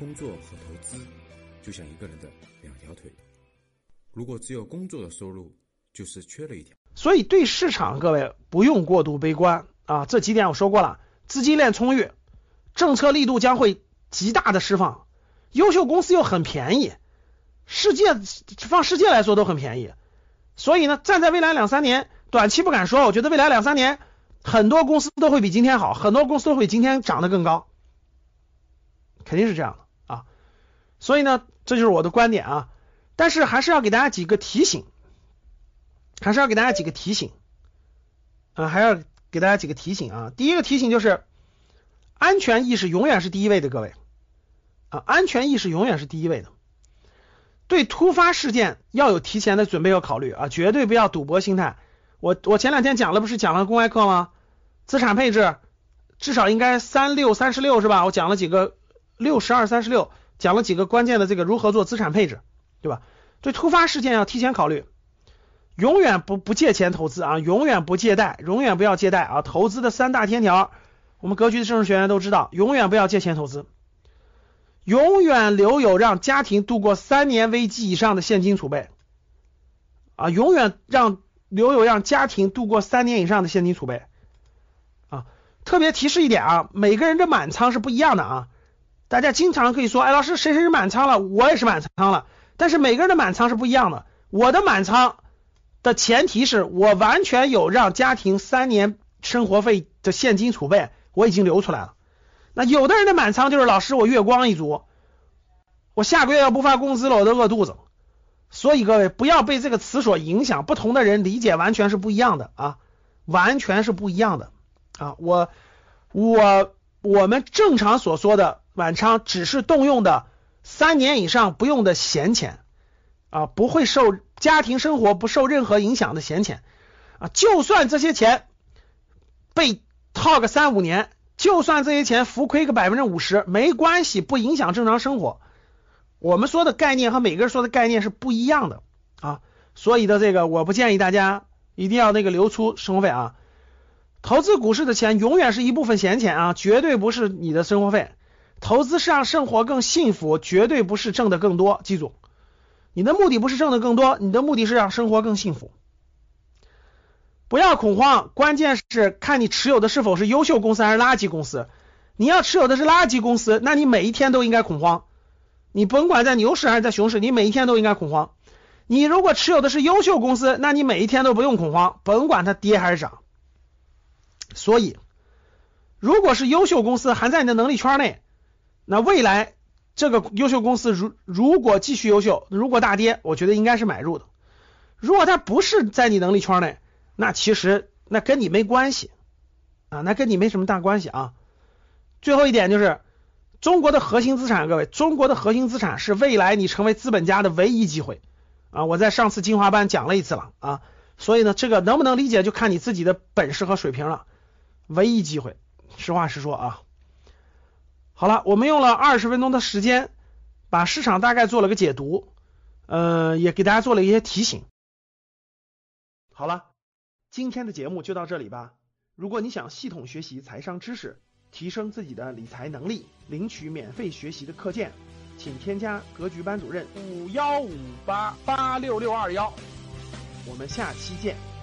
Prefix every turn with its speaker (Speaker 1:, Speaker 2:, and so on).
Speaker 1: 工作和投资就像一个人的两条腿，如果只有工作的收入，就是缺了一条。
Speaker 2: 所以对市场各位不用过度悲观啊，这几点我说过了，资金链充裕，政策力度将会极大的释放，优秀公司又很便宜，放世界来说都很便宜。所以呢，站在未来2-3年，短期不敢说，我觉得未来2-3年很多公司都会比今天好，很多公司都会比今天涨得更高，肯定是这样的啊。所以呢，这就是我的观点啊。但是还是要给大家几个提醒，还是要给大家几个提醒啊。第一个提醒就是安全意识永远是第一位的，各位啊，安全意识永远是第一位的。对突发事件要有提前的准备和考虑啊，绝对不要赌博心态。我前2天讲了公开课吗？资产配置至少应该36是吧？我讲了几个62、36，讲了几个关键的这个如何做资产配置，对吧？对突发事件要提前考虑，永远不借钱投资啊，永远不借贷，永远不要借贷啊。投资的3大天条，我们格局的正式学员都知道，永远不要借钱投资，永远留有让家庭度过3年危机以上的现金储备啊，永远留有让家庭度过3年以上的现金储备啊。特别提示一点啊，每个人的满仓是不一样的啊。大家经常可以说，哎，老师谁是满仓了，我也是满仓了，但是每个人的满仓是不一样的。我的满仓的前提是我完全有让家庭3年生活费的现金储备，我已经留出来了。那有的人的满仓就是老师我月光一族，我下个月要不发工资了，我都饿肚子。所以各位不要被这个词所影响，不同的人理解完全是不一样的啊，完全是不一样的啊。我们正常所说的满仓只是动用的3年以上不用的闲钱啊，不会受家庭生活不受任何影响的闲钱啊。就算这些钱被套个3-5年，就算这些钱浮亏个50%，没关系，不影响正常生活。我们说的概念和每个人说的概念是不一样的啊，所以的这个我不建议大家一定要留出生活费啊。投资股市的钱永远是一部分闲钱啊，绝对不是你的生活费。投资是让生活更幸福，绝对不是挣得更多。记住，你的目的不是挣得更多，你的目的是让生活更幸福。不要恐慌，关键是看你持有的是否是优秀公司还是垃圾公司。你要持有的是垃圾公司，那你每一天都应该恐慌。你甭管在牛市还是在熊市，你每一天都应该恐慌。你如果持有的是优秀公司，那你每一天都不用恐慌，甭管它跌还是涨。所以如果是优秀公司还在你的能力圈内，那未来这个优秀公司如果继续优秀，如果大跌，我觉得应该是买入的。如果它不是在你能力圈内，那其实那跟你没关系啊，那跟你没什么大关系啊。最后一点就是中国的核心资产，各位，中国的核心资产是未来你成为资本家的唯一机会啊！我在上次精华班讲了一次了啊，所以呢，这个能不能理解就看你自己的本事和水平了。唯一机会，实话实说啊。好了，我们用了20分钟的时间，把市场大概做了个解读，也给大家做了一些提醒。好了，今天的节目就到这里吧。如果你想系统学习财商知识，提升自己的理财能力，领取免费学习的课件，请添加格局班主任5158866621。我们下期见。